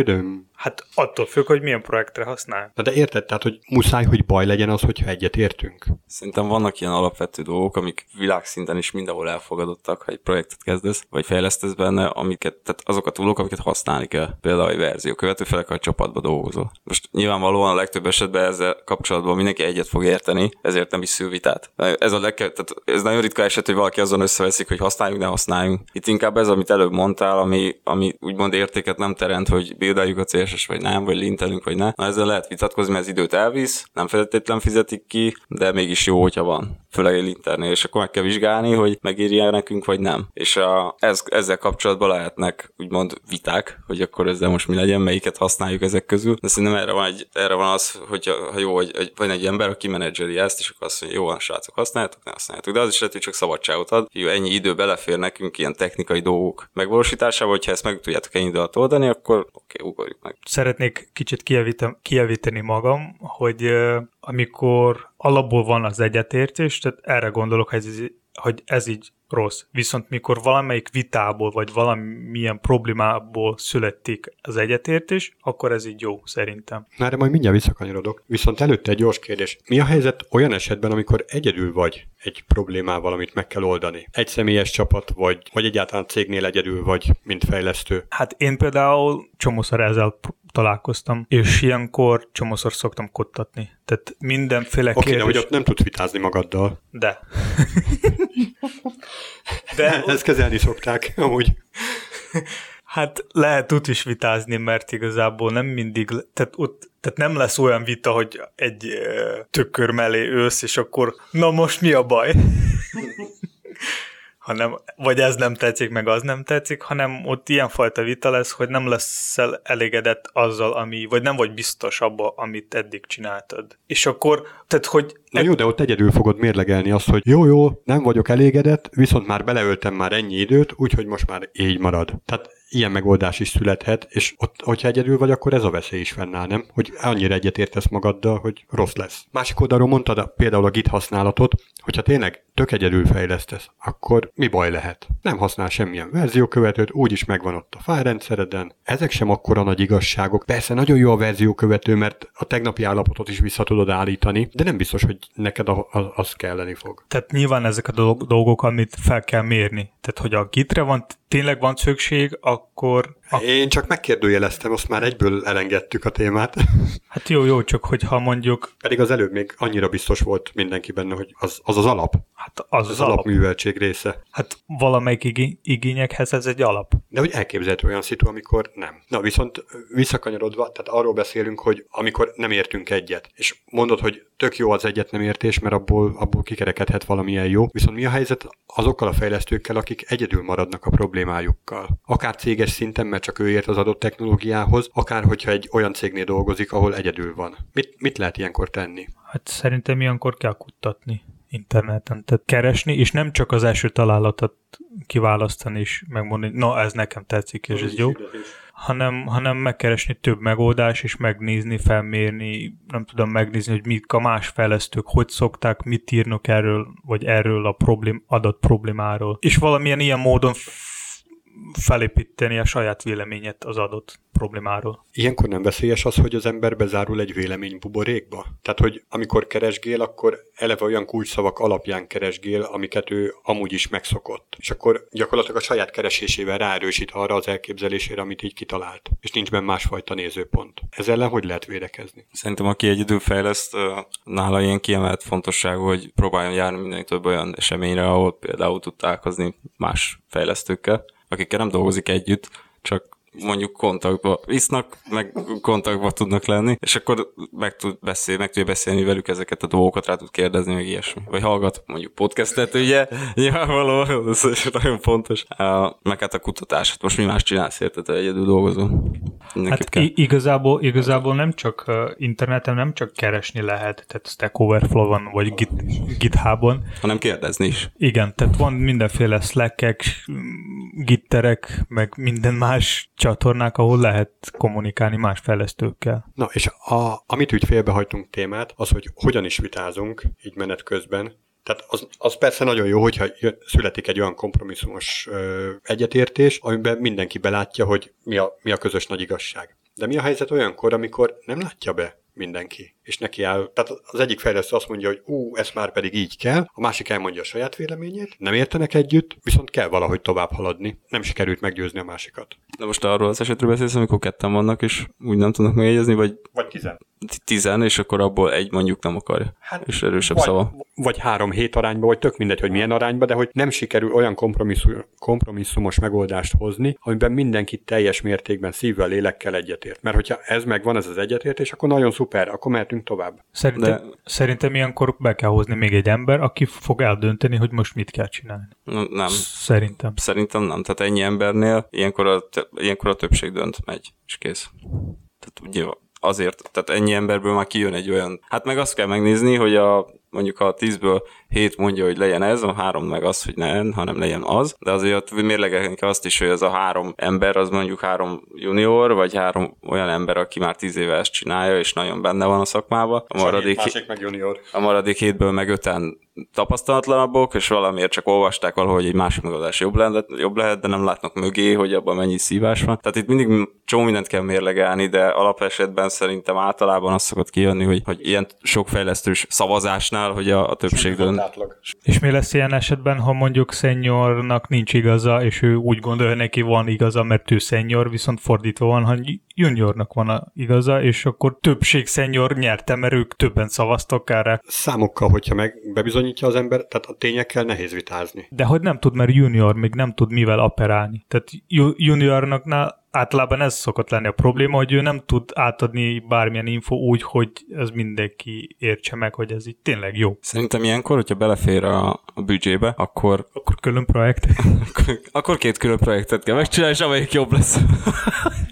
Hát attól függ, hogy milyen projektre használ. Na de érted, tehát, hogy muszáj, hogy baj legyen az, hogyha egyetértünk. Szerintem vannak ilyen alapvető dolgok, amik világszinten is mindenhol elfogadottak, ha egy projektet kezdesz, vagy fejlesztesz benne, tehát azok a túlok, amiket használni kell. Például egy verziókövető, főleg, ha a csapatba dolgozol. Most nyilvánvalóan a legtöbb esetben ezzel kapcsolatban mindenki egyet fog érteni, ezért nem is szül vitát. Tehát ez nagyon ritka eset, hogy valaki azon összeveszik, hogy használjunk, ne használjunk. Itt inkább ez, amit előbb mondtál, ami úgymond értéket nem teremt, hogy bildeljük a CSS vagy nem, vagy lintelünk, vagy ne. Na ezzel lehet vitatkozni, mert ez időt elvisz, nem feltétlenül fizetik ki, de mégis jó, hogyha van. Főleg egy linternél, és akkor meg kell vizsgálni, hogy megéri nekünk, vagy nem. És ezzel kapcsolatban lehetnek úgymond viták, hogy akkor ezzel most mi legyen, melyiket használjuk ezek közül. De szerintem erre van az, hogy ha jó, hogy van egy ember, aki menedzseri ezt, és akkor azt mondja, jó van, srácok, használjátok, ne használjátok. De az is lehet, hogy csak szabadságot ad. Jó, ennyi idő belefér nekünk ilyen technikai dolgok megvalósításába, hogyha ezt meg tudjátok ennyi idő alatt oldani, akkor oké, ugorjuk meg. Szeretnék kicsit kijavítani magam, hogy amikor alapból van az egyetértés, tehát erre gondolok, hogy ez így rossz. Viszont mikor valamelyik vitából, vagy valamilyen problémából születik az egyetértés, akkor ez így jó, szerintem. Na, erre majd mindjárt visszakanyarodok. Viszont előtte egy gyors kérdés. Mi a helyzet olyan esetben, amikor egyedül vagy egy problémával, amit meg kell oldani? Egy személyes csapat, vagy egyáltalán cégnél egyedül vagy, mint fejlesztő? Hát én például csomószor ezzel találkoztam, és ilyenkor csomószor szoktam kodtatni. Tehát mindenféle kérdés... Oké, de hogy ott nem tudsz vitázni magaddal. De. Ezt kezelni szokták, amúgy. Hát lehet úgy is vitázni, mert igazából nem mindig, tehát nem lesz olyan vita, hogy egy tükör mellé ősz, és akkor na most mi a baj? Vagy ez nem tetszik, meg az nem tetszik, hanem ott ilyenfajta vita lesz, hogy nem leszel elégedett azzal, vagy nem vagy biztos abba, amit eddig csináltad. És akkor, tehát hogy... Na jó, de ott egyedül fogod mérlegelni azt, hogy jó, nem vagyok elégedett, viszont már beleöltem már ennyi időt, úgyhogy most már így marad. Tehát ilyen megoldás is születhet, és ott, hogyha egyedül vagy, akkor ez a veszély is fennáll, nem? Hogy annyira egyetértesz magaddal, hogy rossz lesz. Másik oldalról mondtad például a Git használatot, hogyha tényleg tök egyedül fejlesztesz, akkor mi baj lehet? Nem használ semmilyen verziókövetőt, úgyis megvan ott a fájlrendszereden. Ezek sem akkora nagy igazságok. Persze nagyon jó a verziókövető, mert a tegnapi állapotot is vissza tudod állítani, de nem biztos, hogy neked az kelleni fog. Tehát nyilván ezek a dolgok, amit fel kell mérni. Tehát, hogy a Gitre tényleg van szükség, akkor... Én csak megkérdőjeleztem, azt már egyből elengedtük a témát. Hát jó, csak hogyha mondjuk... Pedig az előbb még annyira biztos volt mindenki benne, hogy az alap. Hát az alapműveltség része. Hát valamelyik igényekhez ez egy alap. De hogy elképzelhető olyan szitu, amikor nem. Na viszont visszakanyarodva, tehát arról beszélünk, hogy amikor nem értünk egyet, és mondod, hogy tök jó az egyet nem értés, mert abból kikerekedhet valamilyen jó. Viszont mi a helyzet azokkal a fejlesztőkkel, akik egyedül maradnak a problémájukkal? Akár céges szinten, mert csak ő ért az adott technológiához, akár hogyha egy olyan cégnél dolgozik, ahol egyedül van. Mit lehet ilyenkor tenni? Hát szerintem ilyenkor kell kuttatni interneten, tehát keresni, és nem csak az első találatot kiválasztani és megmondani, na ez nekem tetszik, és ez jó, hanem megkeresni több megoldás, és megnézni, felmérni, nem tudom megnézni, hogy mik a más fejlesztők, hogy szokták, mit írnak erről a adott problémáról. És valamilyen ilyen módon felépíteni a saját véleményet az adott problémáról. Ilyenkor nem veszélyes az, hogy az ember bezárul egy véleménybuborékba? Tehát, hogy amikor keresgél, akkor eleve olyan kulcsszavak alapján keresgél, amiket ő amúgy is megszokott. És akkor gyakorlatilag a saját keresésével ráerősít arra az elképzelésére, amit így kitalált. És nincs benne másfajta nézőpont. Ez ellen hogy lehet védekezni? Szerintem aki egyedül fejleszt, nála ilyen kiemelt fontosságú, hogy próbáljon járni mindenki több olyan eseményre, ahol például tud találkozni más fejlesztőkkel, akikkel nem dolgozik együtt, csak mondjuk kontaktba isznak, meg kontaktba tudnak lenni, és akkor meg tudja beszélni velük ezeket a dolgokat, rá tud kérdezni, meg ilyesmi. Vagy hallgat mondjuk podcastet, ugye? Nyilvánvalóan, ez nagyon fontos. Meg hát a kutatását. Most mi más csinálsz, érted, ha egyedül dolgozol? Hát igazából nem csak interneten nem csak keresni lehet, tehát Stack Overflow-on, vagy GitHub-on. Hanem kérdezni is. Igen, tehát van mindenféle Slack-ek, Gitterek, meg minden más csatornák, ahol lehet kommunikálni más fejlesztőkkel. Na, és amit úgy félbehagytunk témát, az, hogy hogyan is vitázunk így menet közben. Tehát az persze nagyon jó, hogyha születik egy olyan kompromisszumos egyetértés, amiben mindenki belátja, hogy mi a közös nagy igazság. De mi a helyzet olyankor, amikor nem látja be mindenki, és neki áll. Tehát az egyik fejlesztő azt mondja, hogy ez már pedig így kell, a másik elmondja a saját véleményét, nem értenek együtt, viszont kell valahogy tovább haladni. Nem sikerült meggyőzni a másikat. De most arról az esetről beszélsz, amikor ketten vannak, és úgy nem tudnak megjegyezni, vagy 10, és akkor abból egy mondjuk nem akarja, és erősebb szava. Vagy 3-7 arányba, vagy tök mindegy, hogy milyen arányba, de hogy nem sikerül olyan kompromisszumos megoldást hozni, amiben mindenki teljes mértékben szívvel, lélekkel egyetért. Mert hogyha ez megvan, ez az egyetértés, akkor nagyon szuper, akkor mehetünk tovább. Szerintem ilyenkor be kell hozni még egy ember, aki fog eldönteni, hogy most mit kell csinálni. Nem. Szerintem nem. Tehát ennyi embernél ilyenkor a többség dönt, megy, és kész. Tehát ugye azért, tehát ennyi emberből már kijön egy olyan... Hát meg azt kell megnézni, hogy mondjuk ha 10-ből 7 mondja, hogy legyen ez, a 3 meg az, hogy ne, hanem legyen az, de azért mérlegelni kell azt is, hogy ez a 3 ember, az mondjuk 3 junior, vagy 3 olyan ember, aki már 10 éve ezt csinálja, és nagyon benne van a szakmában. A maradék 7-ből meg 5-en tapasztalatlanabbak, és valamiért csak olvasták valahogy egy másik megoldás jobb lehet, de nem látnak mögé, hogy abban mennyi szívás van. Tehát itt mindig csomó mindent kell mérlegelni, de alapesetben szerintem általában az szokott kijönni, hogy ilyen sok fejlesztős szavazásnál, hogy a többség dönt. És mi lesz ilyen esetben, ha mondjuk seniornak nincs igaza, és ő úgy gondolja, neki van igaza, mert ő senior, viszont fordítva van, ha juniornak van igaza, és akkor többség senior nyerte, mert ők többen szavaztak erre. Számokkal, hogyha bebizonyítja az ember, tehát a tényekkel nehéz vitázni. De hogy nem tud, mert junior még nem tud mivel operálni. Tehát juniornaknál általában ez szokott lenni a probléma, hogy ő nem tud átadni bármilyen info úgy, hogy ez mindenki értse meg, hogy ez így tényleg jó. Szerintem ilyenkor, hogyha belefér a büdzsébe, akkor külön projekt. akkor 2 külön projektet kell megcsinálni, és amelyik jobb lesz.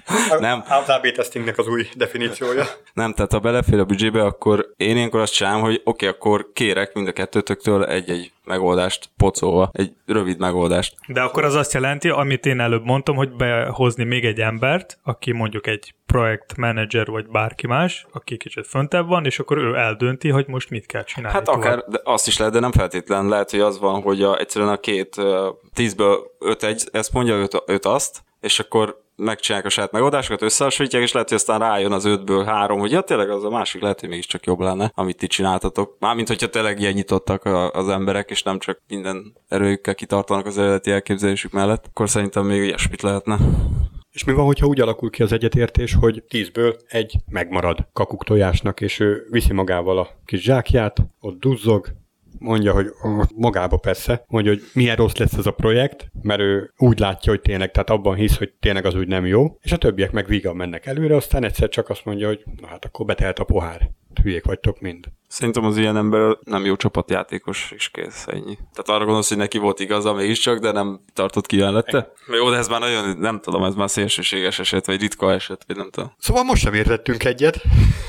Nem. Az A/B testingnek az új definíciója. Nem, tehát ha belefér a büdzsébe, akkor én ilyenkor azt csinálom, hogy oké, akkor kérek mind a kettőtöktől egy megoldást pocolva, egy rövid megoldást. De akkor az azt jelenti, amit én előbb mondtam, hogy behozni még egy embert, aki mondjuk egy projektmenedzser vagy bárki más, aki kicsit föntebb van, és akkor ő eldönti, hogy most mit kell csinálni. Hát akár de azt is lehet, de nem feltétlen. Lehet, hogy az van, hogy egyszerűen a 10-ből 5 ezt mondja, 5 azt, és akkor megcsinálják a saját megoldásokat, összehasonlítják, és lehet, hogy aztán rájön az 5-ből 3, hogy ja, tényleg az a másik lehet, hogy mégiscsak jobb lenne, amit ti csináltatok. Mármint, hogyha tényleg ilyen nyitottak az emberek, és nem csak minden erőjükkel kitartanak az eredeti elképzelésük mellett, akkor szerintem még ilyesmit lehetne. És mi van, hogyha úgy alakul ki az egyetértés, hogy 10-ből 1 megmarad kakuk tojásnak, és ő viszi magával a kis zsákját, ott duzzog, mondja, hogy magába persze, mondja, hogy milyen rossz lesz ez a projekt, mert ő úgy látja, hogy tényleg, tehát abban hisz, hogy tényleg az úgy nem jó, és a többiek meg vígan mennek előre, aztán egyszer csak azt mondja, hogy na hát akkor betelt a pohár. Hülyék vagytok mind. Szerintem az ilyen ember nem jó csapatjátékos, és kész, ennyi. Tehát arra gondolsz, hogy neki volt igaza mégiscsak, de nem tartott ki mellette? Jó, de ez már nagyon, nem tudom, ez már szélsőséges eset, vagy ritka eset, vagy nem tudom. Szóval most sem értettünk egyet.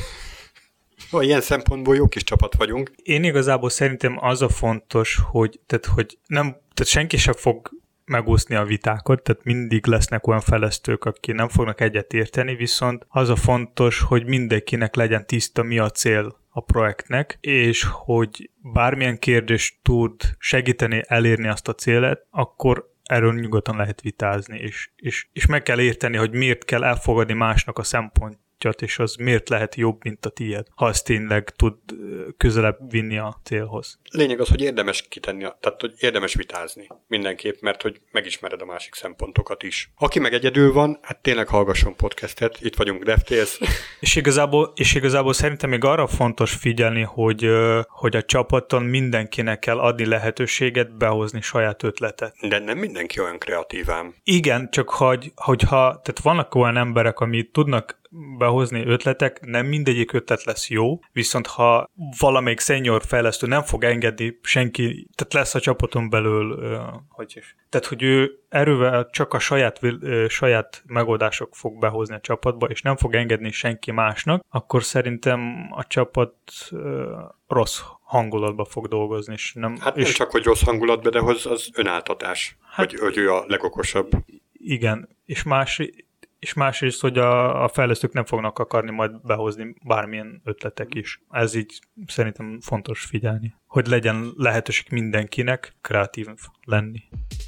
Ilyen szempontból jó kis csapat vagyunk. Én igazából szerintem az a fontos, hogy senki sem fog megúszni a vitákat, tehát mindig lesznek olyan fejlesztők, akik nem fognak egyet érteni, viszont az a fontos, hogy mindenkinek legyen tiszta, mi a cél a projektnek, és hogy bármilyen kérdés tud segíteni elérni azt a célet, akkor erről nyugodtan lehet vitázni, és meg kell érteni, hogy miért kell elfogadni másnak a szempontját, és az miért lehet jobb, mint a tiéd, ha az tényleg tud közelebb vinni a célhoz. Lényeg az, hogy érdemes kitenni, tehát hogy érdemes vitázni mindenképp, mert hogy megismered a másik szempontokat is. Aki meg egyedül van, hát tényleg hallgasson podcastet, itt vagyunk DevTales. És igazából szerintem még arra fontos figyelni, hogy a csapaton mindenkinek kell adni lehetőséget behozni saját ötletet. De nem mindenki olyan kreatívám. Igen, csak tehát vannak olyan emberek, ami tudnak behozni ötletek, nem mindegyik ötlet lesz jó, viszont ha valamelyik senior fejlesztő nem fog engedni senki, tehát lesz a csapaton belül, tehát hogy ő erővel csak a saját megoldások fog behozni a csapatba, és nem fog engedni senki másnak, akkor szerintem a csapat rossz hangulatba fog dolgozni. És nem csak, hogy rossz hangulatba, de az önáltatás, hogy ő a legokosabb. Igen, és másrészt, hogy a fejlesztők nem fognak akarni majd behozni bármilyen ötletek is. Ez így szerintem fontos figyelni, hogy legyen lehetőség mindenkinek kreatív lenni.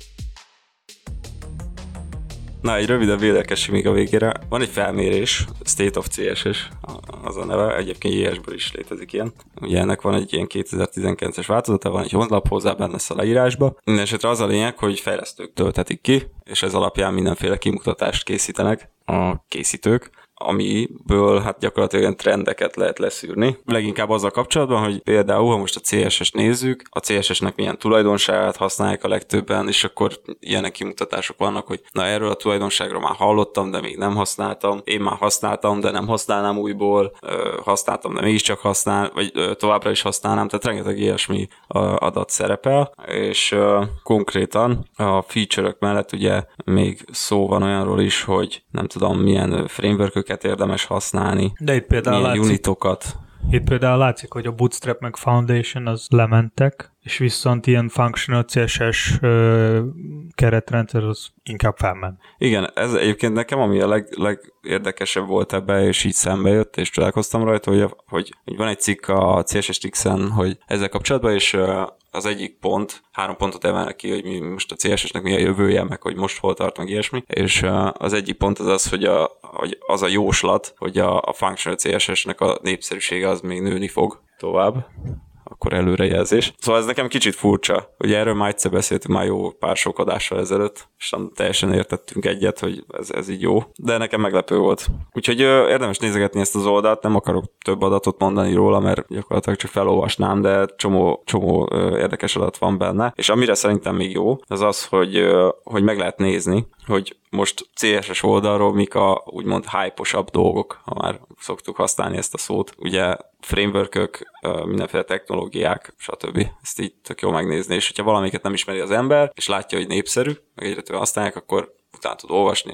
Na, egy rövidebb védelkesség még a végére. Van egy felmérés, State of CSS az a neve, egyébként JS-ből is létezik ilyen. Ugye ennek van egy ilyen 2019-es változata, van egy honlap hozzá benne a leírásba. Mindenesetre az a lényeg, hogy fejlesztők töltetik ki, és ez alapján mindenféle kimutatást készítenek a készítők, amiből hát gyakorlatilag ilyen trendeket lehet leszűrni. Leginkább azzal kapcsolatban, hogy például, ha most a CSS-t nézzük, a CSS-nek milyen tulajdonságát használják a legtöbben, és akkor ilyenek kimutatások vannak, hogy na erről a tulajdonságról már hallottam, de még nem használtam, én már használtam, de nem használnám újból, használtam, de mégiscsak vagy továbbra is használnám, tehát rengeteg ilyesmi adat szerepel, és konkrétan a feature-ök mellett ugye még szó van olyanról is, hogy nem tudom milyen framework érdemes használni. De itt például unitokat. Itt például látszik, hogy a Bootstrap meg Foundation az lementek, és viszont ilyen functional CSS keretrendszer az inkább felment. Igen, ez egyébként nekem ami a legérdekesebb volt ebbe, és így szembe jött, és csodálkoztam rajta, hogy van egy cikk a CSS-en, hogy ezzel kapcsolatban, és az egyik pont, 3 pontot emelnek ki, hogy most a CSS-nek mi a jövője, meg hogy most hol tart, meg ilyesmi, és az egyik pont az, hogy az a jóslat, hogy a functional CSS-nek a népszerűsége az még nőni fog tovább, akkor előrejelzés. Szóval ez nekem kicsit furcsa, hogy erről már egyszer beszéltünk már jó pár sok adással ezelőtt, és nem teljesen értettünk egyet, hogy ez így jó, de nekem meglepő volt. Úgyhogy érdemes nézegetni ezt az oldalt, nem akarok több adatot mondani róla, mert gyakorlatilag csak felolvasnám, de csomó érdekes adat van benne, és amire szerintem még jó, az, hogy meg lehet nézni, hogy most CSS oldalról mik a úgymond hype-osabb dolgok, ha már szoktuk használni ezt a szót. Ugye frameworkök, mindenféle technológiák, stb. Ezt így tök jó megnézni, és hogyha valamiket nem ismeri az ember, és látja, hogy népszerű, meg egyre többen használják, akkor utána tud olvasni, és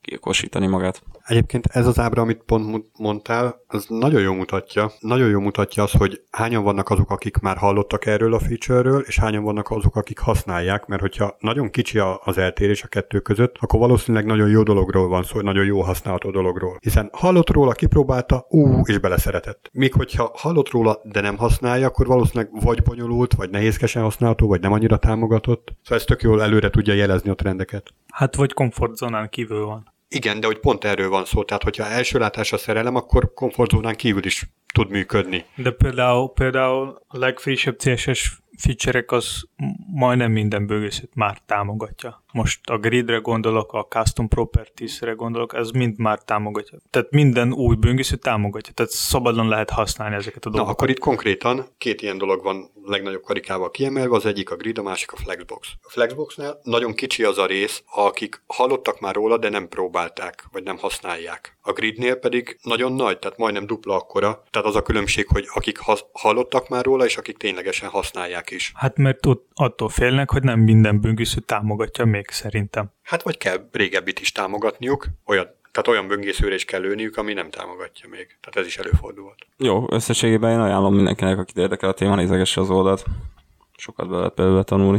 kiokosítani magát. Egyébként ez az ábra, amit pont mondtál, az nagyon jól mutatja azt, hogy hányan vannak azok, akik már hallottak erről a feature-ről, és hányan vannak azok, akik használják, mert hogyha nagyon kicsi az eltérés a kettő között, akkor valószínűleg nagyon jó dologról van szó, nagyon jó használható dologról. Hiszen hallott róla, kipróbálta, és beleszeretett. Míg hogyha hallott róla, de nem használja, akkor valószínűleg vagy bonyolult, vagy nehézkesen használható, vagy nem annyira támogatott. Szóval ez tök jól előre tudja jelezni a trendeket. Hát vagy komfortzónán kívül van. Igen, de hogy pont erről van szó, tehát hogyha első látásra szerelem, akkor komfortzónán kívül is tud működni. De például a legfrissebb CSS feature-ek az majdnem minden böngészőt már támogatja. Most a gridre gondolok, a custom properties-re gondolok, ez mind már támogatja. Tehát minden új böngészőt támogatja, tehát szabadon lehet használni ezeket a dolgokat. Na, akkor itt konkrétan 2 ilyen dolog van legnagyobb karikával kiemelve, az egyik a grid, a másik a Flexbox. A Flexboxnál nagyon kicsi az a rész, akik hallottak már róla, de nem próbálták, vagy nem használják. A gridnél pedig nagyon nagy, tehát majdnem dupla akkora, tehát az a különbség, hogy akik hallottak már róla, és akik ténylegesen használják is. Hát mert ott attól félnek, hogy nem minden böngésző támogatja még szerintem. Hát vagy kell régebbit is támogatniuk, tehát olyan böngészőre is kell lőniük, ami nem támogatja még. Tehát ez is előfordulhat. Jó, összességében én ajánlom mindenkinek, akit érdekel a téma, nézegesse az oldalt. Sokat be lehet belőle tanulni.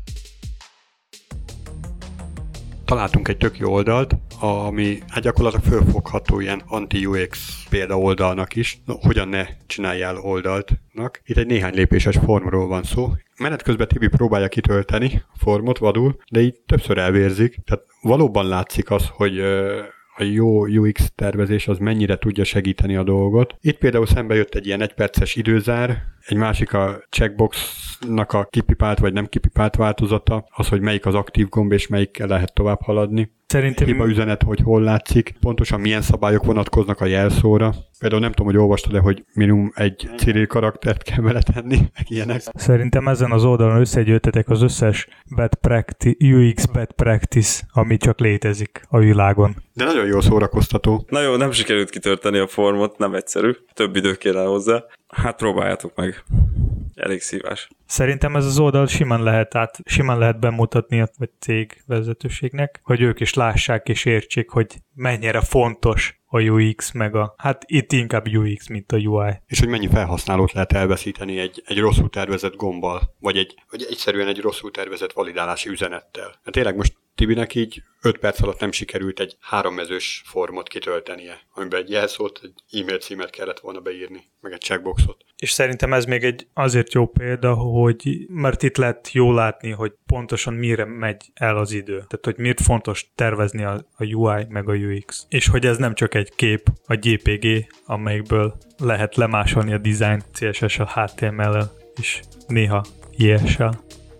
Találtunk egy tök jó oldalt, ami hát gyakorlatilag fölfogható ilyen anti-UX példa oldalnak is. Hogyan ne csináljál oldaltnak. Itt egy néhány lépéses formról van szó. Menet közben Tibi próbálja kitölteni a formot vadul, de így többször elvérzik. Tehát valóban látszik az, hogy a jó UX tervezés az mennyire tudja segíteni a dolgot. Itt például szembe jött egy ilyen 1 perces időzár, egy másik a checkboxnak a kipipált vagy nem kipipált változata, az, hogy melyik az aktív gomb és melyikkel lehet tovább haladni. Szerintem hiba üzenet, hogy hol látszik, pontosan milyen szabályok vonatkoznak a jelszóra. Például nem tudom, hogy olvastad-e, hogy minimum egy Cyril karaktert kell beletenni, meg ilyenek. Szerintem ezen az oldalon összegyűjtetek az összes UX bad practice, ami csak létezik a világon. De nagyon jól szórakoztató. Na jó, nem sikerült kitölteni a formot, nem egyszerű. Több idő kéne hozzá. Hát próbáljátok meg. Elég szívás. Szerintem ez az oldal simán lehet bemutatni a cég vezetőségnek, hogy ők is lássák és értsék, hogy mennyire fontos a UX, meg hát itt inkább UX, mint a UI. És hogy mennyi felhasználót lehet elveszíteni egy rosszul tervezett gombbal, vagy egyszerűen egy rosszul tervezett validálási üzenettel. Hát tényleg most Tibinek így 5 perc alatt nem sikerült egy 3 mezős formot kitöltenie, amiben egy jelszót, egy e-mail címet kellett volna beírni, meg egy checkboxot. És szerintem ez még egy azért jó példa, mert itt lehet jól látni, hogy pontosan mire megy el az idő. Tehát, hogy miért fontos tervezni a UI meg a UX. És hogy ez nem csak egy kép, a JPG, amelyikből lehet lemásolni a design CSS-el, HTML-el, és néha JS-el.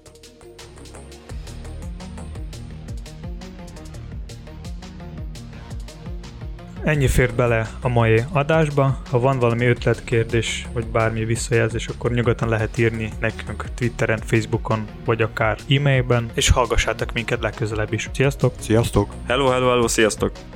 Ennyi fér bele a mai adásba. Ha van valami ötlet, kérdés, vagy bármi visszajelzés, akkor nyugodtan lehet írni nekünk Twitteren, Facebookon, vagy akár e-mailben, és hallgassátok minket legközelebb is. Sziasztok! Sziasztok! Hello, sziasztok!